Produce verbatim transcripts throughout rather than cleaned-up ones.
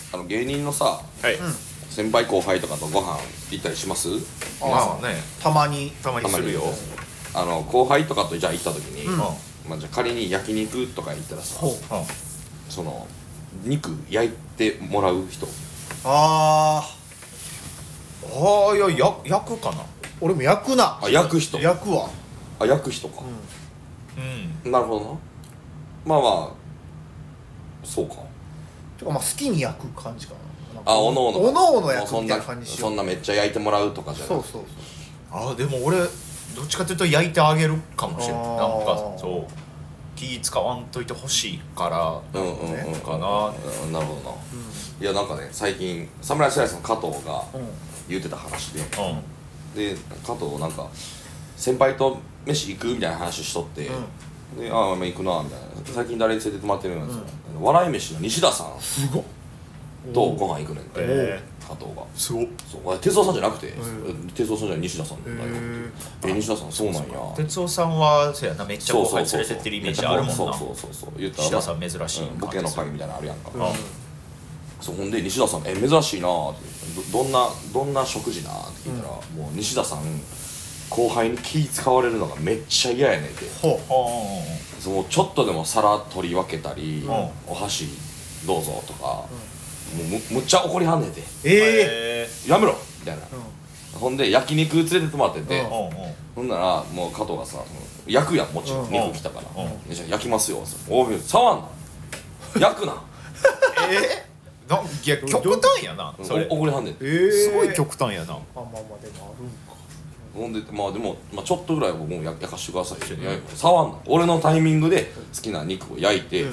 あの芸人のさ、 はい、 先輩後輩とかとご飯行ったりします？ まあね、 たまにたまにするよ。 あの後輩とかとじゃあ行った時に、 うん、 まあ、じゃあ仮に焼肉とか行ったらさ、うん、その肉焼いてもらう人。 あーあー、いや、や焼くかな。 俺も焼くな。 あ、焼く人。 焼くわ。 あ、焼く人か。 うん、 うん、なるほどな。まあまあそうか。 てかまあ好きに焼く感じかな。 あ、おのおのおのおの焼くみたいな感じしよう。 そんなめっちゃ焼いてもらうとかじゃなくて。 そうそうそう。あ、でも俺どっちかというと焼いてあげるかもしれない。なんかそう気使わんといてほしいからうんうんうん、 ね、かな、 うん、なるほどな、うん、いやなんかね最近サムライスライスの加藤が言ってた話で、うん、で加藤なんか先輩と飯行くみたいな話しとって、うん、でああ行くなみたいな最近誰に連れて泊まってるんですよ、うん、笑い飯の西田さんすごっとご飯行くねんて、 えー加藤がすごっ。 そう哲夫さんじゃなくて、哲夫さんじゃない西田さんだよ。え西田さんそうなんや。 哲夫さんはそうやな、めっちゃ後輩連れてってるイメージあるもんな。 そうそうそうそう言ったら西田さん珍しい、 うん、ボケの会みたいなのあるやんか、 うん、 そうほんで西田さんえ珍しいなーってど, どんなどんな食事なーって聞いたら、うん、もう西田さん後輩に気使われるのがめっちゃ嫌やねんて。 ほうそのちょっとでも皿取り分けたり、 うん、 お箸どうぞとか、うん、もう む, むっちゃ怒りはんねんて。 ええー、やめろみたいな、うん、ほんで焼肉連れて泊まってて、うん、ほんならもう加藤がさ焼くやんもちろん、うん、肉来たから、うん、じゃあ焼きますよ。おい触んな焼くなえー、なんいや極端やな、それ怒りはんねん、 えー、 すごい極端やな。 あまあまあでもあるんか。 ほんでまあでも、まあ、ちょっとぐらいは僕も焼かしてくださいって、うん、触んな俺のタイミングで好きな肉を焼いて、うん、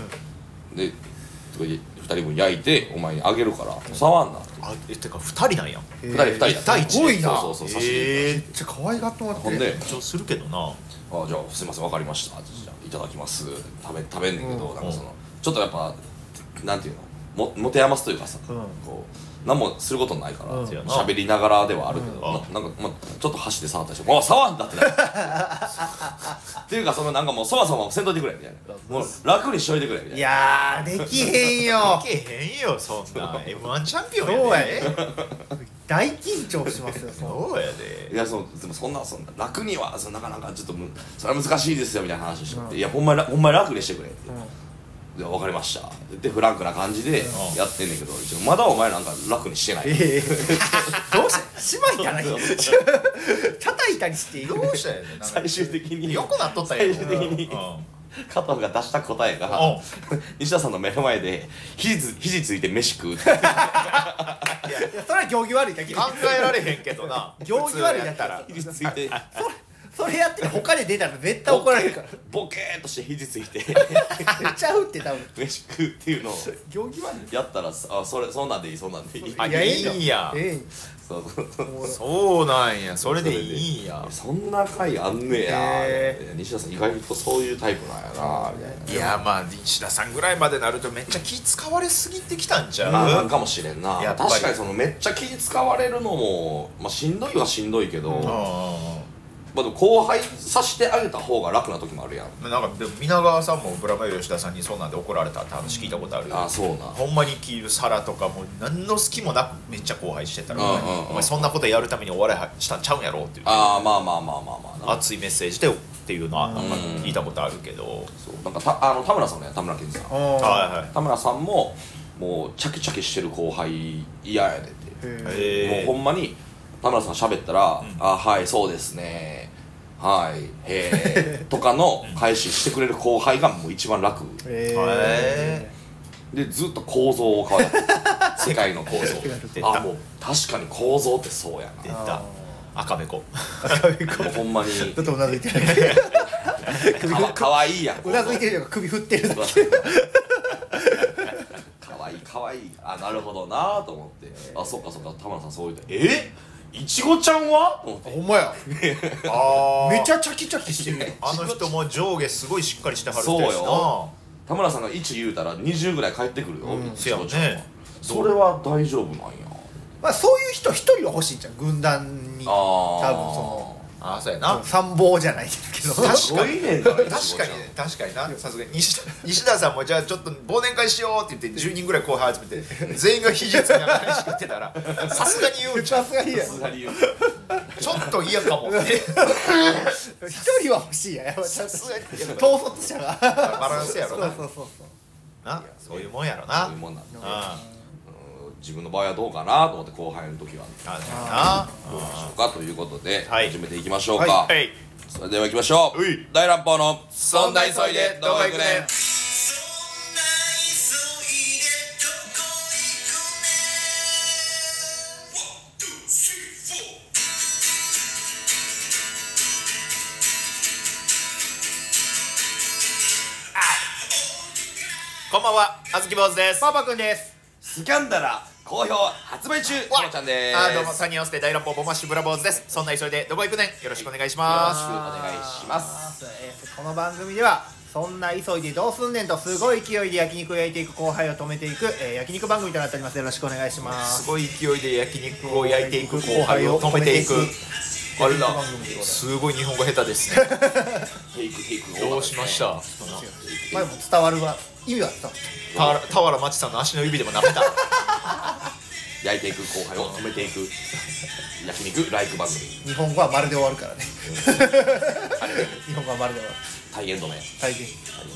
でふたりぶん焼いてお前にあげるから触んなって。 あえてかふたりなんや。 ふたりふたりだったすごいな。 そうそうそう、 えー、 めっちゃ可愛がってもらって。 ほんで緊張するけどな。 あじゃあすいません分かりましたじゃあいただきます食べ食べんねんけど、うん、なんかそのちょっとやっぱなんていうのも持て余すというかさ、うん、こう何もすることないから喋、うん、りながらではあるけど、うん、な, なんか、まあ、ちょっと箸で触ったりして「もう触んだ!」ってなるっていうかそのなんかもうそもそもせんといてくれみたいなもう楽にしといてくれみたいな。 いやーできへんよできへんよそんなエムワン チャンピオンやで。 そうやで大緊張しますよ。 そうやで。 いやそでもそんなそんな楽にはそなかなかちょっとむそれは難しいですよみたいな話をして、うん、いやほんまにほんまに楽にしてくれって、うん、で分かりましたでフランクな感じでやってんねんけど、うん、まだお前なんか楽にしてない、 えー、どうしてしまいたらいい叩いたりしてどうしたやねん最終的によくなっとったやん。 最終的に、うん加藤が出した答えが西田さんの目の前で肘つ肘ついて飯食うっていやいやそれは行儀悪いだけ。 考えられへんけどな行儀悪いだったら肘ついてそれそれやって他で出たら絶対怒られるからボケーっとして肘ついてちゃうって多分飯食うっていうのを行儀悪いやったらあそれそんなんでいいそんなんでいい。 あいやいいんや。 ええそうそうそうそうなんやそれでいいんや。 そんな回あんねや、えー、西田さん意外とそういうタイプなんやなみたいな。 いやまあ西田さんぐらいまでなるとめっちゃ気使われすぎてきたんちゃう。 まあなんかもしれんな。確かにそのめっちゃ気使われるのも、まあ、しんどいはしんどいけど、うん、まあ、でも後輩さしてあげた方が楽な時もあるやん。 なんかでも皆川さんもブラマヨ吉田さんにそんなんで怒られたって話聞いたことある。 あそうな。 ほんまに着る皿とかも何の隙もなくめっちゃ後輩してたら、うんうんうん、お前そんなことやるためにお笑いしたんちゃうんやろっていう。 ああまあまあまあまあまあ熱いメッセージでっていうのはなんか聞いたことあるけど、 そうなんかたあの田村さんね田村健二さん、はいはい、田村さんももうチャキチャキしてる後輩嫌やねって。もうほんまに田村さん喋ったら、うん、あはいそうですねはいへーとかの返ししてくれる後輩がもう一番楽。へーでずっと構造を変わる世界の構造あもう確かに構造ってそうやな。 出た赤べこ赤べこもうほんまにちょっとうなずいてるか, かわいいやん。 うなずいてるのが首振ってるだけかわいいかわいいあなるほどなと思ってあそっかそっか田村さんそう言うてえいちごちゃんはと思ってほんまやあめちゃチャキチャキしてるやんあの人も上下すごいしっかりしてはる人やしな。そうよ田村さんがいち言うたらにじゅうぐらい返ってくるよ、うん、 せやもんね。 それは大丈夫なんや。 まあそういう人一人は欲しいんじゃん軍団に。多分そのああそうやな参謀じゃないですけど確かにね確かにね確かになさすがに西田西田さんもじゃあちょっと忘年会しようって言ってじゅうにんぐらい後輩集めて全員が肘つきながら飯食ってたらさすがに言うんちゃうさすがに言うさすがに言うちょっと嫌かもって一人は欲しいややっぱさすがに統率者がバランスやろなそうそうそうなそういうもんやろなそういうもんなんだあ自分の場合はどうかなと思って後輩の時はあどうでしょうかということではい始めていきましょうか、 あはいそれでは行きましょううい大乱暴のそんな急いでどこ行くねん。 こんばんはあずき坊主ですパパくんですスキャンダラ好評発売中わともちゃんですあーどうもさんにん合わせて大乱暴ボマッシュブラボーズですそんな急いでどこ行くねんよろしくお願いしますよろしくお願いしますえーこの番組ではそんな急いでどうすんねんとすごい勢いで焼肉を焼いていく後輩を止めていく、えー焼肉番組となっておりますよろしくお願いしますすごい勢いで焼肉を焼いていく後輩を止めていくあれだすごい日本語下手ですねテイクテイクどうしましたまあでも伝わるわ意味は伝わるた俵真知さんの足の指でも舐めた焼いていく後輩を止めていく焼肉ライク番組日本語は丸で終わるからね日本語は丸で終わる大変止め大変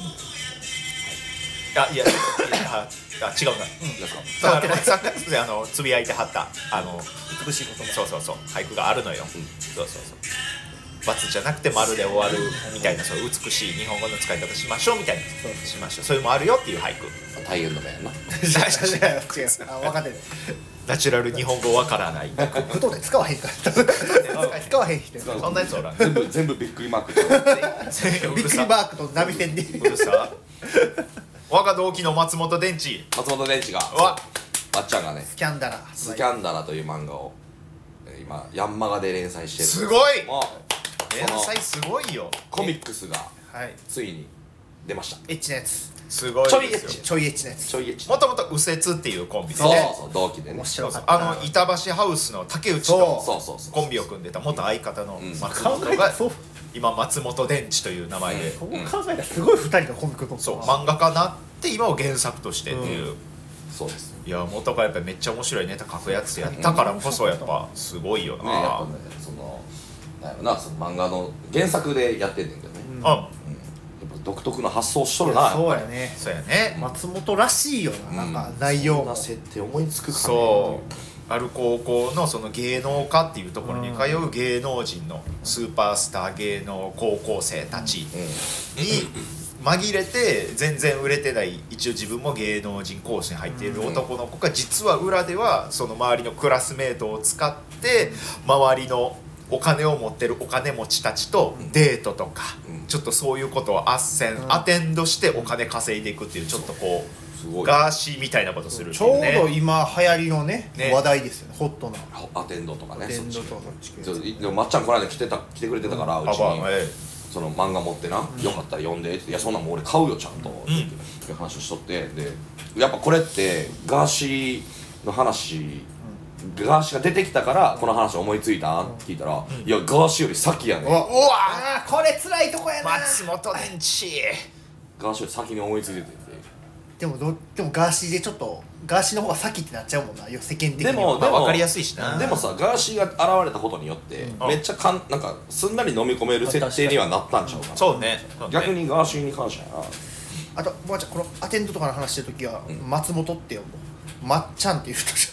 あいやいやああ違うな伝わってないさんがつであのつぶやいてはったあの美しい言葉そうそうそう俳句があるのよ、うん、そうそうそう×じゃなくて丸で終わるみたいなそういう美しい日本語の使い方しましょうみたいなしましょうそういうのもあるよっていう俳句大変止めやな違う違うあ分かってるナチュラル日本語わからないふとで使わへんから使わへん人やそんなやつおらん全部全部びっくりマークビックリマークとナビ線でうるさ我が同期の松本電池松本電池がわまっちゃんがねスキャンダラスキャンダラという漫画をえー今ヤンマガで連載してるすごいもう連載すごいよコミックスがはいついに出ましたエッチなやつすごいちょいエですよッチちょいエッチなやつちょいエッチもともと右折っていうコンビでそうねそうそう同期でね面そうそう白かったあの板橋ハウスの竹内そとそうそうそうコンビを組んでた元相方のうん松本が考えたそう今松本電池という名前で、 そう考えたらすごいふたりのコミックとそう漫画家なって今を原作としてっていう、 そうですいや元がやっぱりめっちゃ面白いネタ書くやつやったからこそやっぱすごいよな、 ねやっぱねそのなんやろなその漫画の原作でやってんねんけどねあやっぱ独特の発想しとるなそうやねそうやね、 松本らしいよななんかうん内容もそんな設定思いつくかねそうある高校のその芸能科っていうところに通う芸能人のスーパースター芸能高校生たちに紛れて全然売れてない一応自分も芸能人コースに入っている男の子が実は裏ではその周りのクラスメートを使って周りのお金を持ってるお金持ちたちとデートとかちょっとそういうことを斡旋アテンドしてお金稼いでいくっていうちょっとこうすごいガーシーみたいなことするってちょういうねど今流行りのねね話題ですよねホットなアテンドとかね電動そっちとかそっち系ちょっとでもまっちゃんこの間来てた来てくれてたからうちにあまあえその漫画持ってな、よかったら読んでって「いやそんなんもう俺買うよちゃんと」っていう話をしとってでやっぱこれってガーシーの話ガーシーが出てきたからこの話思いついたって聞いたら「いやガーシーより先やねん」 うわあーこれ辛いとこやな松本電池ガーシーより先に思いついててでもどでもガーシーでちょっとガーシーの方が先ってなっちゃうもんな世間的にはでもまあ分かりやすいしなでもさガーシーが現れたことによってめっちゃかんなんかすんなり飲み込める設定にはなったんちゃうかなそうねそうね逆にガーシーに関してはなあともうちゃんこのアテンドとかの話してるときは、 ん松本って呼ぶまっちゃんっていう人じゃ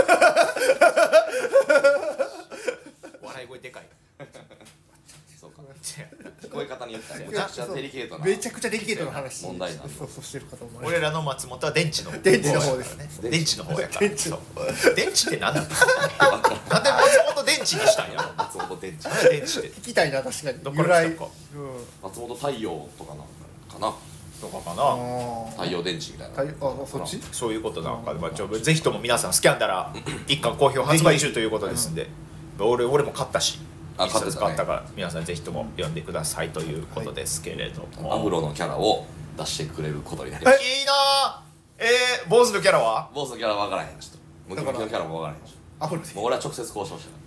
笑い声でかいそうか聞こえ方によってはめいやちゃくちゃデリケートなめちゃくちゃデリケートな話問題なんだそうそうしてるかと思います俺らの松本は電池の方電池の方ですね電池の方やから電池のそう電池って何なのなんで松本電池にしたんやろ松本電池何や電池って聞きたいな確かにどっから来たか由来うん松本太陽とかなんかなとかかあなー太陽電池みたいな太陽あそっちそういうことなんかで、まあ、ちょぜひとも皆さんスキャンダラ一巻好評発売中ということですんで、俺俺も買ったしあ一冊買ってたね買ったから皆さんぜひとも読んでくださいということですけれども、 アフロのキャラを出してくれることになりましたいいなあえー、坊主のキャラはボスのキャラ分からへんちょっとムキムキのキャラも分からへんしアフロでもう俺は直接交渉したか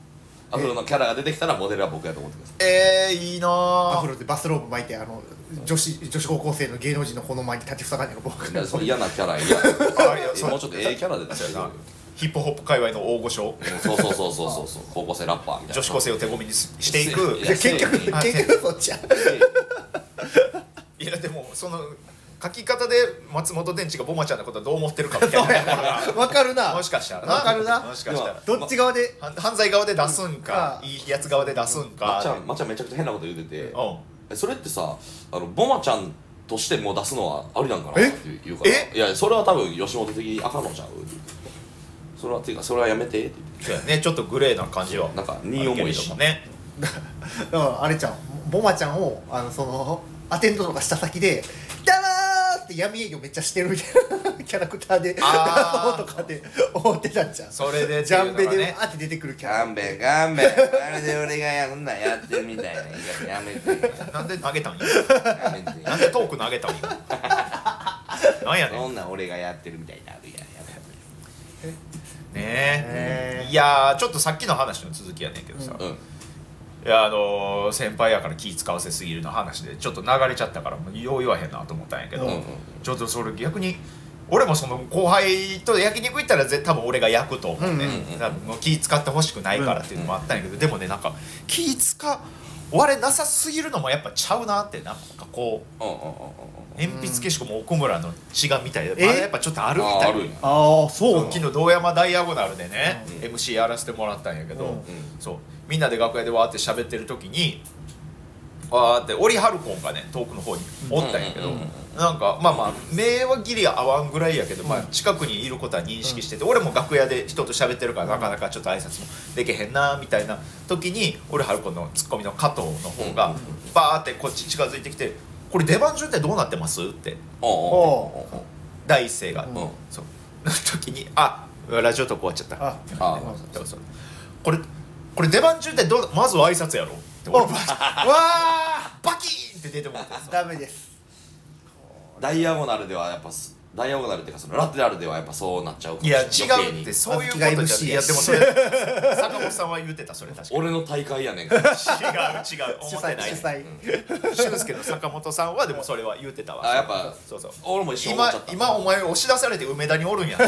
アフロのキャラが出てきたらモデルは僕やと思ってください。えー、いいなアフロでバスローブ巻いてあの女子女子高校生の芸能人のこの前に立ちふさがんねん僕いやその嫌なキャラ嫌もうちょっとええキャラで出してるヒップホップ界隈の大御所、 そうそうそうそうそうそう高校生ラッパーみたいな女子高生を手ごみにしていく。 結局結局そっちやいやでもその書き方で松本電池がボマちゃんのことはどう思ってるかみたいな分かるなもしかしたらな分かるなもしかしたらどっち側で犯罪側で出すんかいいやつ側で出すんかまっちゃんまっちゃんめちゃくちゃ変なこと言うててうんそれってさあのボマちゃんとしてもう出すのはありなんかなって言うからえいやそれは多分吉本的にあかんのちゃうそれはっていうかそれはやめてってそうやねちょっとグレーな感じはなんか荷重いしねだからあれちゃんボマちゃんをあのそのアテンドとかした先で「ダマー!」って闇営業めっちゃしてるみたいなキャラクターであーとかで思ってたんじゃんそれでジャンベでねわーって出てくるキャラ勘弁勘弁あれで俺がやんなやってるみたいな言い方やめてなんで投げたんややめてなんでトーク投げたんやなんやねんそんなん俺がやってるみたいなやめてねえいやーちょっとさっきの話の続きやねんけどさ、 うんいやあのー、先輩やから気使わせすぎるの話でちょっと流れちゃったからもうよう言わへんなと思ったんやけど、 うんうんちょっとそれ逆に俺もその後輩と焼肉行ったら絶対多分俺が焼くと思うね、 うんうんうん多分もう気使ってほしくないからっていうのもあったんやけど、でもねなんか気使われなさすぎるのもやっぱちゃうなってなんかこううんうんうんうん鉛筆消しゴム奥村の血がみたいでえまだやっぱちょっとあるみたいな。 ああるんやああそう昨日堂山ダイアゴナルでね、 うんエムシー やらせてもらったんやけど、 うんそうみんなで楽屋でわーって喋ってる時にわーってオリハルコンがね遠くの方におったんやけど、 うんうんうんうんなんかまあまあ目はギリ合わんぐらいやけど、まあ、近くにいることは認識してて、俺も楽屋で人と喋ってるからなかなかちょっと挨拶もできへんなみたいな時にオリハルコンのツッコミの加藤の方がバーってこっち近づいてきて「これ出番順ってどうなってます?」っておうおうおうおう第一声が、 うんそうの時に「あラジオトーク終わっちゃった」 ああそうそうこれこれ出番中ってどうまずは挨拶やろって俺わあバキーンって出てもらってさダメですダイアゴナルではやっぱすダイアゴナルっていうかそのラテラルではやっぱそうなっちゃうかもしれないいや違余計にうってそういうことあずきがじゃエムシーいやでもそれ坂本さんは言ってたそれ確かに俺の大会やねんから違う違う主思ってない催主催俊介の坂本さんはでもそれは言ってたわあやっぱそうそう俺も一緒に思っ今ちゃった今お前押し出されて梅田におるんやって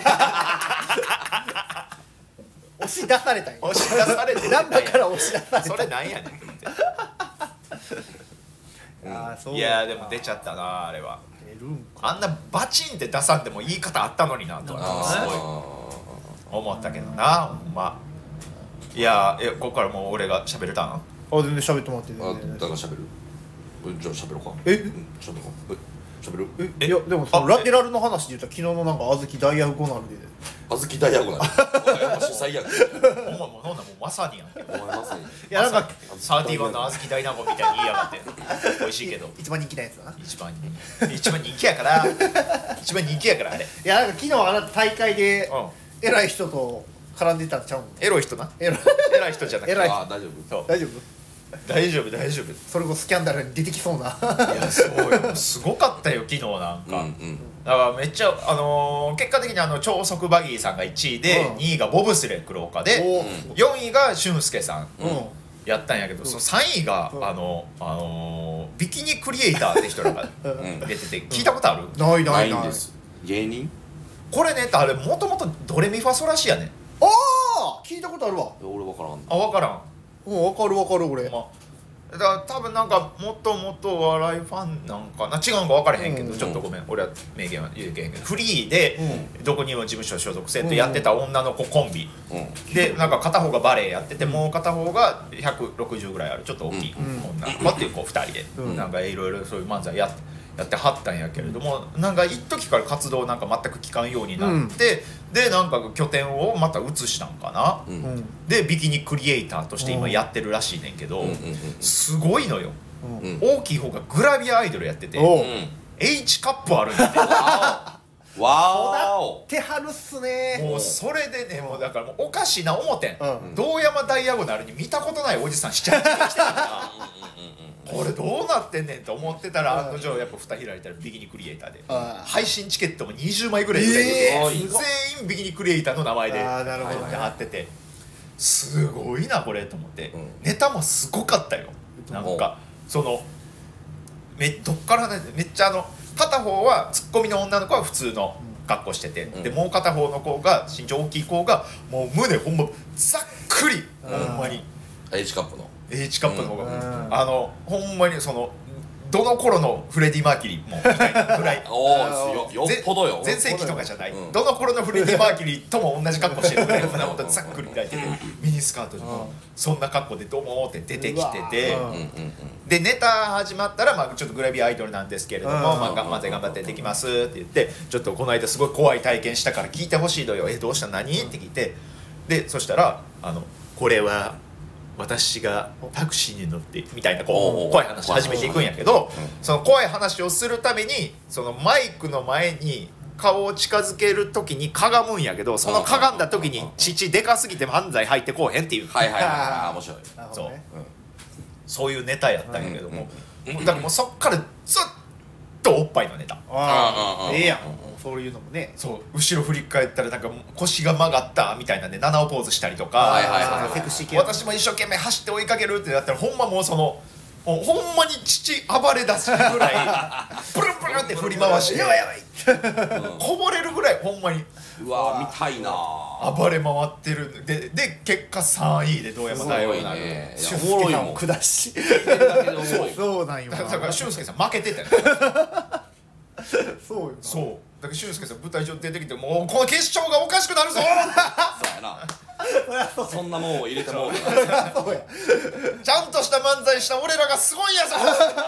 押し出されたんや押し出されてナンバから押し出されたそれなんやねんってあーそういやでも出ちゃったなあれは出るんかあんなバチンって出さんでも言い方あったのになとはすごいあ思ったけどなほんまいやえここからもう俺が喋れたんあ全然喋ってもらってーあ全然だから喋るうんじゃあ喋ろうかえうん喋ろうかえ喋るえいやでもそのあラテラルの話で言ったら昨日のなんか小豆ダイヤゴナルであずきダイアゴナルお前やっぱ主催やんほんまもうほんならもうまさにやんけお前まさにいやなんかサーティワンの小豆大納言みたいに言いやがって美味しいけど一番人気なやつだな一番人一番人気やから一番人気やからあれいやなんか昨日あなた大会でうん偉い人と絡んでたんちゃうんエロい人な偉い偉い人じゃなくて偉いあ大丈夫そう大丈夫大丈夫大丈夫いそれこそスキャンダルに出てきそうなやそうよすごかったよ昨日なんか、 うんうんだからめっちゃ、あのー結果的にあの超速バギーさんがいちいで、 うんにいがボブスレー黒岡で、 おうんよんいが俊介さんうんやったんやけど、そのさんいが、 うんあのあのービキニクリエイターって人らがうん出てて聞いたことある、 ないなないないいんです芸人これねあれもともとドレミファソラシやねんああ聞いたことあるわ俺分からんあ分からんうん分かる分かる俺まだから多分なんかもともとお笑いファンなんかな違うんか分からへんけど、 うんちょっとごめん俺は名言は言うけへんけどフリーで、 うどこにも事務所所属せんとやってた女の子コンビ、 うんでなんか片方がバレエやってて、もう片方がひゃくろくじゅうぐらいあるちょっと大きいうん女の子っていう子ふたりで、 うんなんかいろいろそういう漫才やってやってはったんやけれども、なんか一時から活動なんか全く聞かんようになって、でなんか拠点をまた移したんかな、 うんうんでビキニクリエイターとして今やってるらしいねんけど、 うんうんすごいのよ。 うんうん大きい方がグラビアアイドルやってておう H カップあるんだってわお手張るっすねもうそれでねもうだからもうおかしな思てん、 うん堂山ダイアゴナルに見たことないおじさんしちゃってきてるからこれどうなってんねんと思ってたら案の定やっぱ蓋開いたらビキニクリエイターであー配信チケットもにじゅうまいぐらい売れてて、 えー全員ビキニクリエイターの名前であーなるほどね貼っててすごいなこれと思って、 うん、 ネタもすごかったよ。なんかそのめどっからねめっちゃあの片方はツッコミの女の子は普通の格好してて、うん、でもう片方の子が身長大きい子がもう胸ほんまざっくり、うん、ほんまに H カップの H カップの方が、うん、あのほんまにそのどの頃のフレディ・マーキュリーもみたいなぐらいおよよっぽどよ全盛期とかじゃない、うん、どの頃のフレディ・マーキュリーとも同じ格好してるぐらい胸元ざっくり開いててミニスカートでもそんな格好でどうもって出てきてて、でネタ始まったら、まあ、ちょっとグラビアアイドルなんですけれども、まあ、頑張って頑張ってできますって言って、ちょっとこの間すごい怖い体験したから聞いてほしいのよ。えどうした何って聞いて、でそしたらあのこれは私がタクシーに乗ってみたいなこう怖い話始めていくんやけど、その怖い話をするためにそのマイクの前に顔を近づける時にかがむんやけど、そのかがんだ時に父でかすぎて漫才入ってこうへんっていう、 はいはいはい、面白い。 そう、うん、そういうネタやったんやけども、だからもうそっからずっとおっぱいのネタ。 ああええやん、そういうのもね。 そう後ろ振り返ったらなんか腰が曲がったみたいなんで七尾ポーズしたりとか、セクシー系私も一生懸命走って追いかけるってなったらほんまもうそのもうほんまに父暴れ出すぐらいプルンプルンって振り回してやばいやばいこぼれるぐらいほんまにうわ見たいな暴れ回ってるでで結果さんいで堂山大王になる。 俊介さんも下しそうなんよ。 だから俊介さん負けてたよそうよそうだから俊介さん舞台上出てきてもうこの決勝がおかしくなるぞそうやなそんなもんを入れてもうちゃんとした漫才した俺らがすごいんやぞ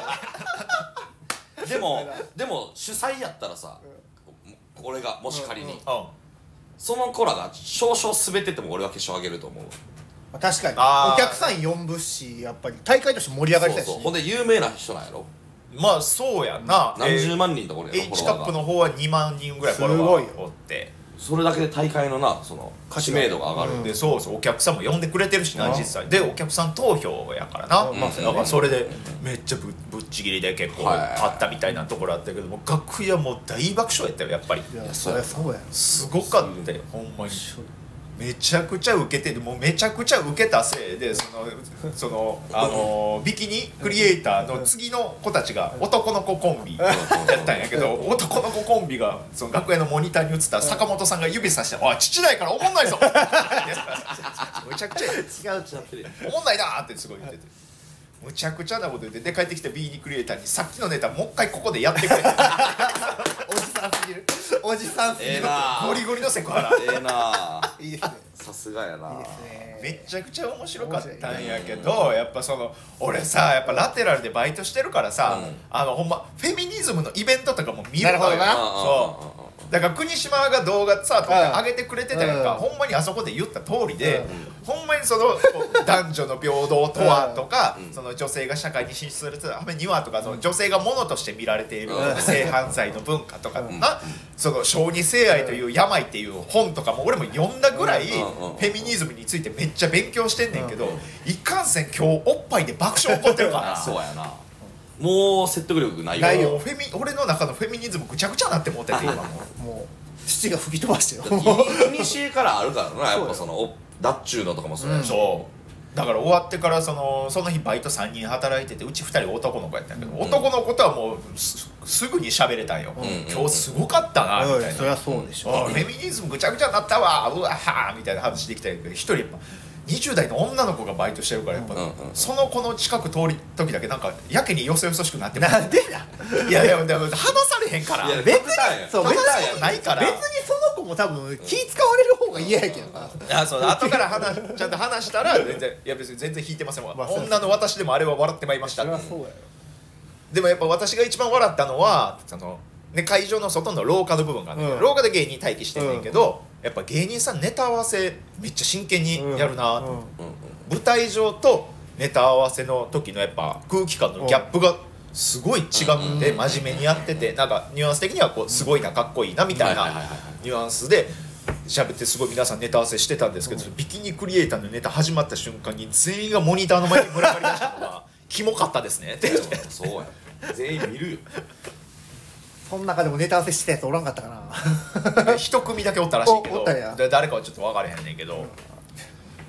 でもでも主催やったらさ、俺がもし仮に、うんうん、その子らが少々滑ってても俺は決勝あげると思う。 確かにお客さん呼ぶしやっぱり大会として盛り上がりたいし、 そうそうほんで有名な人なんやろ。 まあそうやな、 何十万人ところやろ。 H カップの方はにまんにんぐらいフォロワーおって、 それだけで大会のなその知名度が上がる、うん、 でそうそうお客さんも呼んでくれてるしな実際でお客さん投票やからな、うん、だからそれでめっちゃ ぶ, ぶっちぎりで結構勝ったみたいなところあったけども楽屋も大爆笑やったよやっぱり。 いやそりゃそうやすごかったよほんまに。めちゃくちゃウケてもうめちゃくちゃウケたせいでそのそのあのビキニクリエイターの次の子たちが男の子コンビやったんやけど男の子コンビがその楽屋のモニターに映った坂本さんが指さして「おい父ないからおもんないぞ!」むちゃくちゃ違う違ってるおもんないなってすごい言っててむちゃくちゃなこと言ってで帰ってきたビキニクリエイターにさっきのネタもう一回ここでやってくれておじさんすぎるおじさんすぎる、 えー、なゴリゴリのセクハラええないいですねさすがやな。 いいですね。 めちゃくちゃ面白かったんやけどやっぱその俺さやっぱラテラルでバイトしてるからさ、うん、あのほんまフェミニズムのイベントとかも見るのよ。 なるほどな。 そうだから国島が動画さ撮って上げてくれてたやんか、うん、ほんまにあそこで言った通りで、うん、ほんまにその男女の平等とはとか、うん、その女性が社会に進出するためにはとかその女性が物として見られている性犯罪の文化とかな、うん、その小児性愛という病っていう本とかも俺も読んだぐらいフェミニズムについてめっちゃ勉強してんねんけど、いかんせん今日おっぱいで爆笑起こってるからそうやなもう説得力ないよ。 ないよフェミ俺の中のフェミニズムぐちゃぐちゃなって思ってて今ももう父が吹き飛ばしてよいにしえからあるからなやっぱそのダッチューのとかもそうや、うん、 そうだから終わってからそのその日バイトさんにん働いててうちふたり男の子やったんやけど、うん、男の子とはもう す, すぐに喋れたんよ、うん、今日すごかったなみたいな、うん、 そりゃそうでしょフェミニズムぐちゃぐちゃになったわうわはーみたいな話できたけど一人やっぱにじゅう代の女の子がバイトしてるからやっぱ、うんうん、その子の近く通り時だけなんかやけによそよそしくなってなんでだいやいやでも話されへんからいや別にそう別にないから別にその子も多分気使われる方が嫌やけどな、 うん、あそう後から話ちゃんと話したら全然いや別に全然引いてませんわ、まあ、女の私でもあれは笑ってまいりましたそれはそうやよ。 でもやっぱ私が一番笑ったのはその、ね、会場の外の廊下の部分があるんだけど、うん、廊下で芸人待機してんねんけど、うん、やっぱ芸人さんネタ合わせめっちゃ真剣にやるなと、うんうんうん、舞台上とネタ合わせの時のやっぱ空気感のギャップがすごい違くて真面目にやっててなんかニュアンス的にはこうすごいなかっこいいなみたいなニュアンスで喋ってすごい皆さんネタ合わせしてたんですけど、ビキニクリエイターのネタ始まった瞬間に全員がモニターの前に群がりだしたのがキモかったですねってそうや全員見るよその中でもネタ合わせしてたやつおらんかったかな一組だけおったらしいけど誰かはちょっと分からへんねんけど、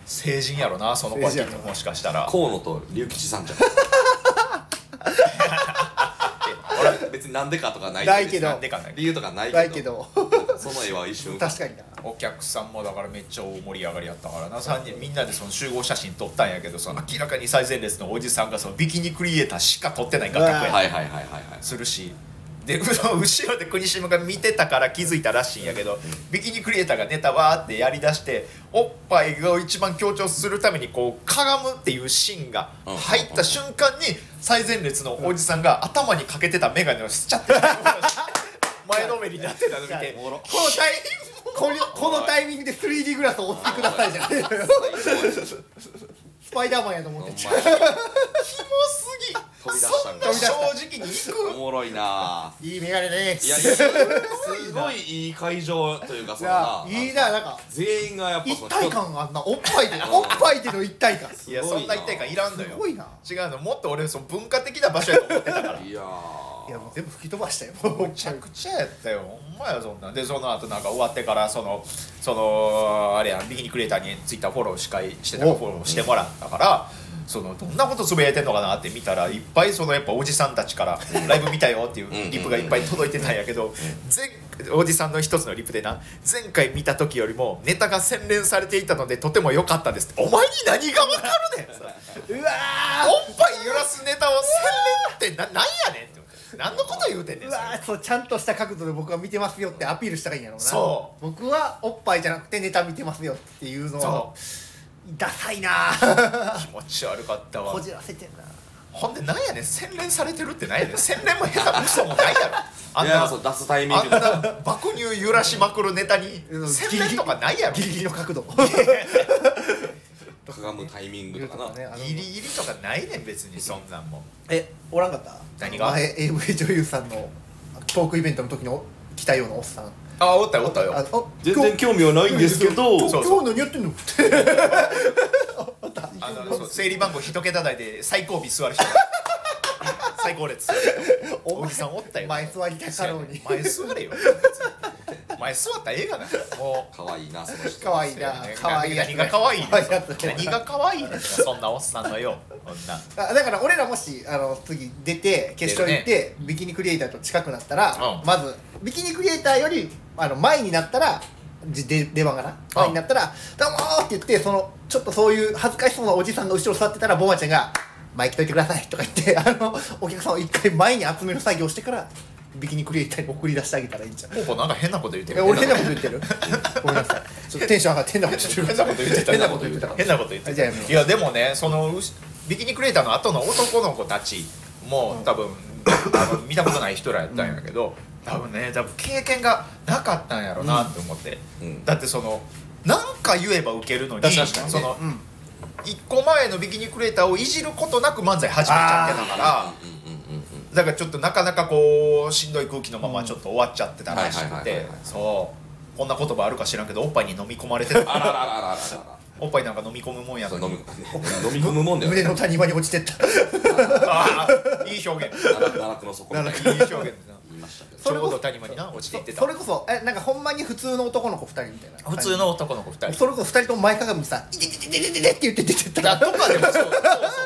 成人やろなその子はきっともしかしたら河野と龍吉さんじゃん俺別になんでかとかないないけどなんでかない理由とかないけどないけどその絵は一瞬確かになお客さんもだからめっちゃ大盛り上がりやったからなさんにんみんなでその集合写真撮ったんやけどその明らかに最前列のおじさんがそのビキニクリエイターしか撮ってない画角やはいはいはいはいはいするしで後ろで国島が見てたから気づいたらしいんやけどビキニクリエイターがネタわーってやりだしておっぱいを一番強調するためにこうかがむっていうシーンが入った瞬間に最前列のおじさんが頭にかけてた眼鏡を捨てちゃって前のめりになってたの見てこのタイミングこのこのタイミングで スリーディー グラスをお付けくださいじゃんスパイダーマンやと思ってキモすぎ飛び出したんだそんな正直に行くおもろいないいメガネねいやすごいいい会場というかそのないいななんか全員がやっぱ一体感あんなおっぱいでおっぱいでの一体感いやそんな一体感いらんのよすごいな違うのもっと俺その文化的な場所やと思ってたからいやいやもう全部吹き飛ばしたよめちゃくちゃやったよほんまやそんなんでその後なんか終わってからそのそのあれやビキニクリエイターにツイッターフォローしかしてたらフォローしてもらったからそのどんなことつぶやいてんのかなって見たらいっぱいそのやっぱおじさんたちからライブ見たよっていうリプがいっぱい届いてたんやけど前おじさんの一つのリプでな前回見た時よりもネタが洗練されていたのでとても良かったですってお前に何が分かるねんうわおっぱい揺らすネタを洗練ってななんやねんって何のこと言うてんねんうわそうちゃんとした角度で僕は見てますよってアピールしたらいいんやろうなそう僕はおっぱいじゃなくてネタ見てますよっていうのをダサいな気持ち悪かったわこじらせてんなほんでなんやねん洗練されてるってなんやねん洗練も下手くそもないやろあんいやなそう出すタイミングあんな爆乳揺らしまくるネタに洗練とかないやろギリギリの角度かがむタイミングとかなギリギリとかないねん別にそんなんもえおらんかった何が前 エーブイ 女優さんのトークイベントの時の来たようなおっさんあおったよおったよあ全然興味はないんですけど今日そうそう今日何やってんのあのそう整理番号一桁台で最後尾座る人最高列おじさんおったよ前座りたかろうに前座れよ前座ったらええがなもう可愛いなその人かわいいなかわいいやつ何が可愛いねん可愛いやつ何が可愛いねんそんなおっさんのよこんなあだから俺らもしあの次出て決勝行って、ビキニクリエイターと近くなったら、 うんまずビキニクリエイターよりあの前になったらじで出番がな前になったら「どうも!」って言ってそのちょっとそういう恥ずかしそうなおじさんが後ろ座ってたらボマちゃんが「前来といてください」とか言ってあのお客さんを一回前に集める作業をしてからビキニクリエイターに送り出してあげたらいいんじゃん。 ポーポなんか変なこと言ってるえ俺変なこと言ってるごめんなさいちょっとテンション上がって変なこと言ってる変なこと言ってた変なこと言ってた変なこと言ってじゃあやめようたいやでもねそのビキニクリエイターの後の男の子たちも多分あの見たことない人らやったんやけど多分ね多分経験がなかったんやろなって思って、 うん、 だってその何か言えばウケるのに確かにねその、 うんいっこまえのビキニクリエイターをいじることなく漫才始めちゃってたからだからちょっとなかなかこうしんどい空気のままちょっと終わっちゃってたらしくてそうこんな言葉あるか知らんけどおっぱいに飲み込まれてるあららららららおっぱいなんか飲み込むもんやのに飲み飲み込むもんだよ胸の谷間に落ちてったああいい表現奈落の底みたいないい表現だな言いましたけどちょうど谷間にな落ちていってたそれこそえなんかほんまに普通の男の子ふたりみたいな普通の男の子ふたりそれこそふたりとも前かがみにさ「いててててててて」って言って出てったらとかでもそうそうそう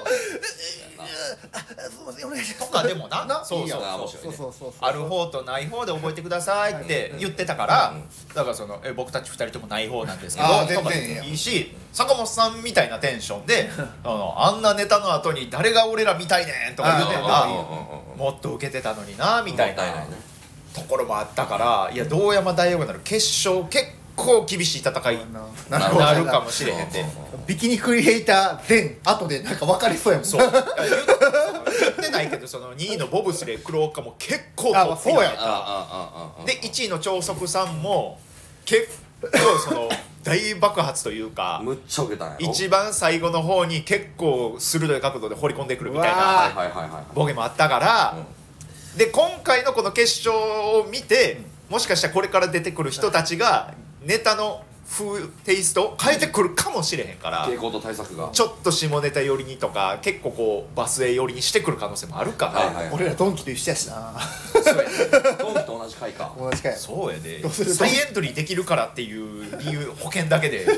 あすいませんお願いしますとかでもななそうそういいやんそうそうそうそうある方とない方で覚えてくださいって言ってたからだからそのえ僕たちふたりともない方なんですけどあーとか全然いいやんいいし坂本さんみたいなテンションであのあんなネタの後に誰が俺ら見たいねんとか言うてんなあーいいよもっと受けてたのになみたいなもったいないねところもあったからいや堂山大王がなる決勝結構厳しい戦いにななるほどるかもしれへんでビキニクリエイター前後でなんか分かりそうやもんそう言って言ってないけどそのにいのボブスレー黒岡も結構あトップそうややったあああああでいちいの超速さんも結構その大爆発というかむっちゃ受けたんやろ一番最後の方に結構鋭い角度で掘り込んでくるみたいうわなはいはいはいはいボケもあったから、で今回のこの決勝を見てもしかしたらこれから出てくる人たちがネタの風テイストを変えてくるかもしれへんから傾向と対策がちょっと下ネタ寄りにとか結構こうバスへ寄りにしてくる可能性もあるから、 はいはいはい俺らドンキと一緒やしなそうやでドンキと同じ回か同じかよそうやでどうする再エントリーできるからっていう理由保険だけで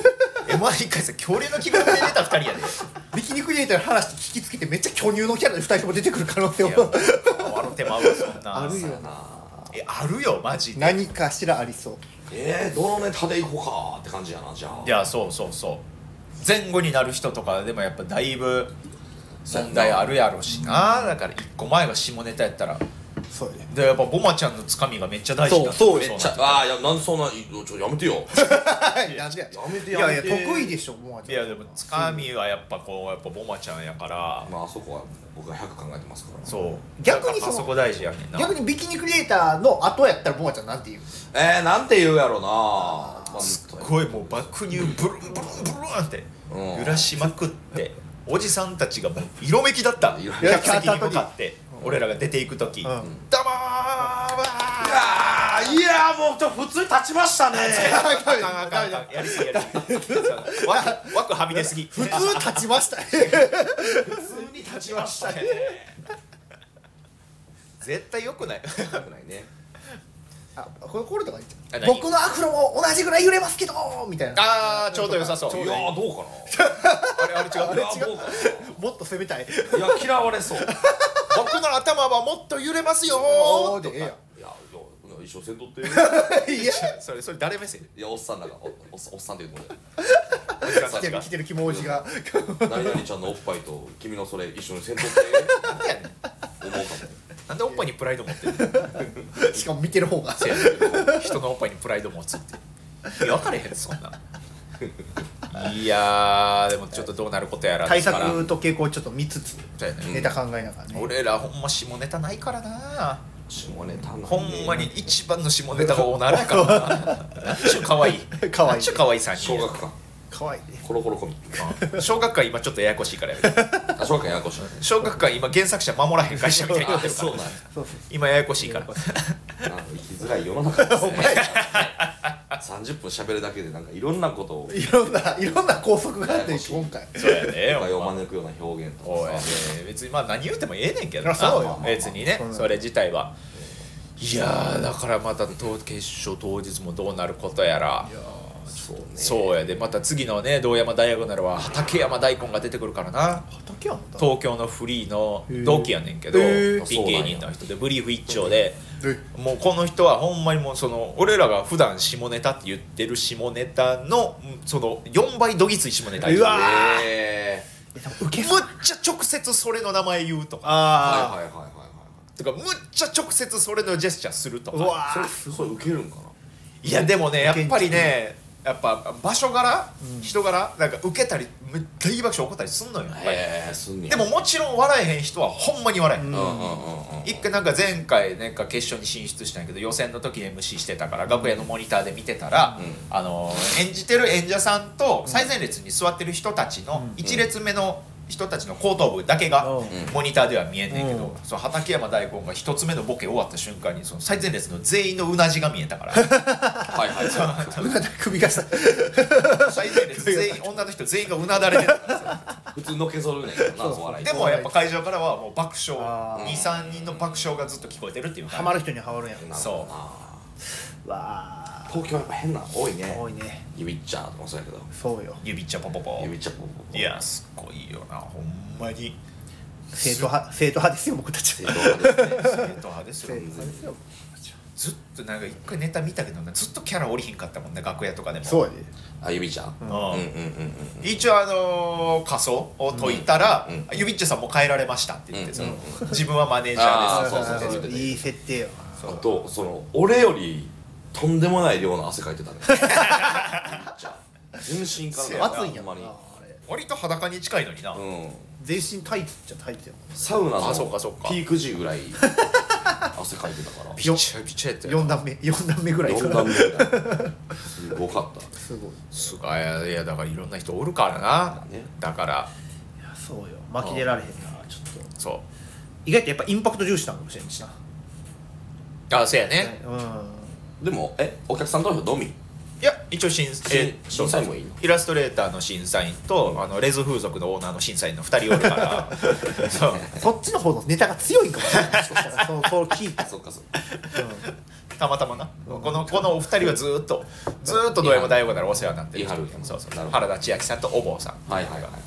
エムワン 一回さ恐竜の着ぐるみで出たふたりやでビキニクリエイターの話聞きつけてめっちゃ巨乳のキャラでふたりとも出てくる可能性もあの手間はそんなあるよな。 えあるよマジで。 何かしらありそう。 えー、どのネタでいこうかって感じやな。じゃあいやそうそうそう前後になる人とかでもやっぱだいぶ問題あるやろしな。だからいっこまえが下ネタやったらそうやね。 でやっぱボマちゃんのつかみがめっちゃ大事になってそうめっちゃああいやなんでそんなちょやめてよなんでや。 やめていやいややめて得意でしょもう。 いやでもつかみはやっぱこうやっぱボマちゃんやからまああそこは僕がひゃく考えてますからそう逆にそのあそこ大事やねんな。 逆にビキニクリエイターの後やったらボマちゃんなんて言う？ えー、なんて言うやろな。まあすっごいもう爆乳ブルンブルンブルンって揺らしまくっておじさんたちがもう色めきだった色客席に向かって俺らが出ていく時、うん、どうもーいやいやもうちょっと普通に立ちましたねやりすぎやりすぎ枠枠はみ出すぎ普通立ちましたね普通に立ちましたね絶対良くない良くないね。 あこれこれとか言っちゃう。 何僕のアフロも同じぐらい揺れますけどみたいな。 あーちょうど良さそういやーどうかあれあれ違うな。いやどうかもっと攻めたい。 ないや嫌われそう。 僕の頭はもっと揺れますよーとかおーでええやん。 いやいや一緒せんとっていやそれそれ誰目線いやおっさんなんかおおおっさんって言うと来てる来てるキモおじが何々ちゃんのおっぱいと君のそれ一緒にせんとってなんでやねん思うかも。 なんでおっぱいにプライド持ってるのしかも見てる方がせやねん人のおっぱいにプライド持つっていや分かれへんそんないやーでもちょっとどうなることやら対ですから策と傾向をちょっと見つつそうやねネタ考えながらね。 俺らほんま下ネタないからな下ネタなんでほんまに一番の下ネタがおならやからななんちゅうかわいいかわいいなんちゅうかわいいさんにん小学館可愛いね。 コロコロコミック小学館今ちょっとややこしいからやめてあ小学館ややこしい小学館今原作者守らへん会社みたいになってるからそうなんやそうそう。 今ややこしいからなんか生きづらい世の中ですねさんじゅっぷん喋るだけでなんかいろんなことをいろんないろんな拘束があって今回。 そうやね誤解を招くような表現とおいかさ別にまあ何言うてもええねんけどなそうよ別にねそうそれ自体はいやーだからまた当決勝当日もどうなることやらそうねそうやでまた次のね堂山ダイアゴナルは畠山大根が出てくるからな畑やんだ。 東京のフリーの同期やねんけどへーピン芸人の人でブリーフ一丁でえもうこの人はほんまにもうその俺らが普段下ネタって言ってる下ネタのそのよんばいどぎつい下ネタ言ううわええ多分受けむっちゃ直接それの名前言うとかー、はいあはいはいはいはいとかむっちゃ直接それのジェスチャーするとかうわそれそれ受けるんかないやでもねやっぱりねやっぱ場所柄、うん、人柄なんか受けたり大爆笑起こったりすんのよやっぱりへえすんねでももちろん笑えへん人はほんまに笑えへん、 うんうんうんうん一回なんか前回ね決勝に進出したんやけど予選の時に エムシー してたから楽屋のモニターで見てたら、うん、あの演じてる演者さんと最前列に座ってる人たちのいち列目の人たちの後頭部だけがモニターでは見えんねんけど、うん、その畠山大根が一つ目のボケ終わった瞬間にその最前列の全員のうなじが見えたからはいはいそう首がさ最前列全員女の人全員がうなだれてたから普通のけぞるねんけどなお笑いでもやっぱ会場からはもう爆笑 にさんにんの爆笑がずっと聞こえてるっていうハマる人にはハマるんやろな。 そうわあ東京はやっぱ変な多いね多いね。 ユビッチャーとかもそうやけどそうよ。 指っちゃポポポユビッチャーポポポいやすっごいよなほんまに生徒派生徒派ですよ僕たち。 正統派ですね生徒派ですよ生徒派ですよ。 ずっとなんか一回ネタ見たけどなずっとキャラ降りひんかったもんね楽屋とかでもそうやで。 あユビッチャーうんうんうんうんうん一応あのー仮装を解いたらうんうん 「ゆびっちさんも帰られました」って言ってそのうんうん自分はマネージャーですあーそうそうそういい設定よ。 あとその俺よりとんでもない量の汗かいてたねじゃあ全身から暑いんやほんまにもんなあれ。 割と裸に近いのになうん全身タイツっちゃタイツやもん。 サウナのあそうかそうかピーク時ぐらい汗かいてたからピッチャピッチャやったよ四段目四段目ぐらい。 よん段目ぐらいすごかったすごい。 すごいいやいやだからいろんな人おるからなねだからいやそうよ。巻き出られへんなちょっと。 そう意外とやっぱインパクト重視なのかもしれんしな。 あそうやねうん。 でもえお客さん投票のみいや一応審え審査員もいいのイラストレーターの審査員とあのレズ風俗のオーナーの審査員のふたりおるからそうそっちの方のネタが強いんかもしれない。そしたらそうそう聞いた。 そっかそっかうんたまたまなこのこのお二人はずーっとずーっとド M 大悟ならお世話になってる人そうそう原田千秋さんとお坊さんはいはいはいはい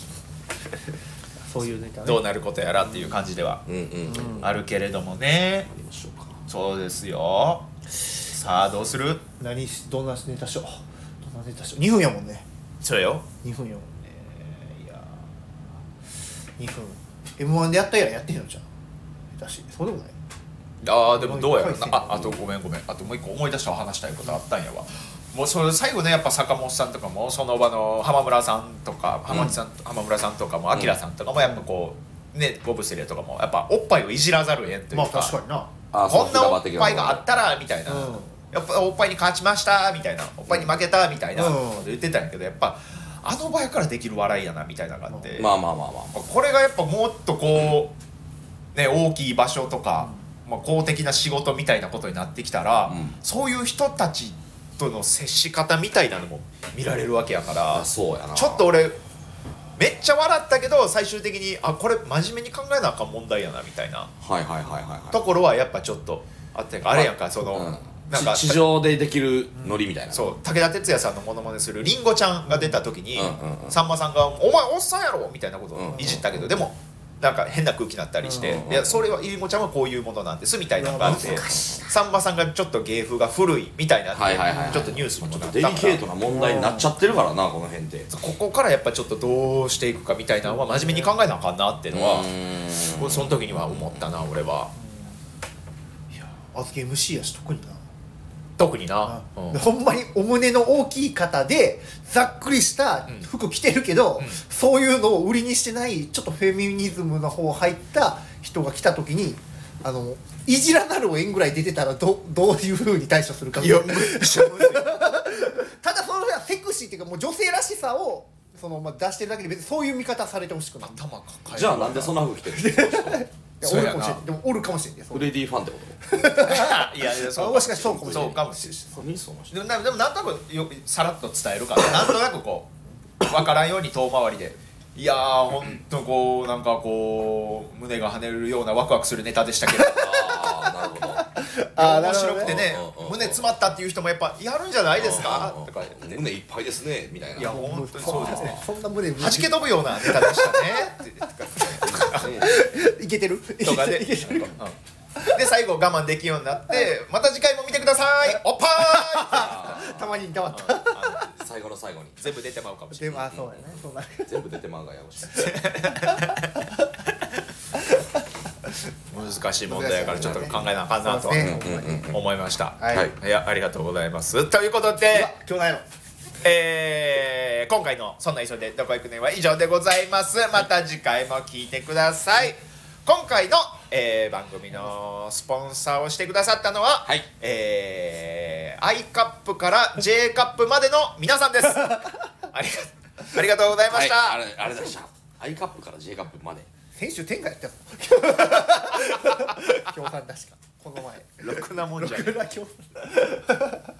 そういうネタねどうなることやらっていう感じではあるけれどもねそうですよさあどうする何しどんなネタしようどんなネタしようにふんやもんねそうよにふんやもんねいやにふん エムワン でやったやらやってへんのじゃんネタしそうでもないああでもどうやろうなああとごめんごめんあともう一個思い出した話したいことあったんやわもうそれ最後ねやっぱ坂本さんとかもその場の浜村さんとか浜地さん、うん、浜村さんとかも明さんとかもやっぱこうねボブスレーとかもやっぱおっぱいをいじらざるをえんというか、まあ確かになこんなおっぱいがあったらみたいな、うん、やっぱおっぱいに勝ちましたみたいなおっぱいに負けたみたいなこと言ってたんやけどやっぱあの場やからできる笑いやなみたいなのがあってまあまあまあまあこれがやっぱもっとこうね大きい場所とか、うんまあ、公的な仕事みたいなことになってきたら、うん、そういう人たちとの接し方みたいなのも見られるわけやからそうやなちょっと俺めっちゃ笑ったけど最終的にあこれ真面目に考えなあかん問題やなみたいなはいはいはいはい、はい、 ところはやっぱちょっとあってあれやんかその、うん、 なんか地上でできるノリみたいな、 うん、そう武田鉄矢さんのモノマネするりんごちゃんが出た時に、うんうんうん、さんまさんが「お前おっさんやろ!」みたいなことをいじったけど、うんうん、でもなんか変な空気になったりして、うんうん、いやそれはりんごちゃんはこういうものなんですみたいなのがあってさんまさんがちょっと芸風が古いみたいな、はいはいはい、ちょっとニュースにもなったからデリケートな問題になっちゃってるからなこの辺でここからやっぱちょっとどうしていくかみたいなのは真面目に考えなあかんなっていうのはその時には思ったな俺は。 いやあずき エムシー やし特にな特にな、 うん、ほんまにお胸の大きい方でざっくりした服着てるけど、うん、そういうのを売りにしてないちょっとフェミニズムの方入った人が来た時にあのいじらざるをえんぐらい出てたら ど, どういう風に対処するかいやただそのセクシーっていうかもう女性らしさをその、まあ、出してるだけで別にそういう見方されてほしくない頭抱えじゃあなんでそんな服着てるいやおるかもしれないでもおるかもしれないフレディファンってこといやいやそうもしかしてそうかもしれないそうかもしれないでもでもなんとなくよさらっと伝えるからなんとなくこう分からんように遠回りでいやーほんとこうなんかこう胸が跳ねるようなワクワクするネタでしたけどあなるほどあ面白くてね胸詰まったっていう人もやっぱやるんじゃないですかとか胸いっぱいですねみたいないや本当にそうですねそんな胸弾け飛ぶようなネタでしたねいけてるとかでで最後我慢できるようになってまた次回も見てくださいおっぱーいたまにたまった最後の最後に全部出てまうかもしれないそうやねそうな全部出てまうがやほしい難しい問題やからちょっと考えなあかんなと思いました。はい、いやありがとうございます。ということで、 今日ないの。 えー、今回のそんな急いでどこ行くねは以上でございます。また次回も聞いてください。今回の、えー、番組のスポンサーをしてくださったのは、はい、えー、アイカップから J カップまでの皆さんです。ありがありがとうございました。 はい、あれあれでした。アイカップから J カップまで。 先週天下やったよ共産確かこの前ろくなもんじゃねえ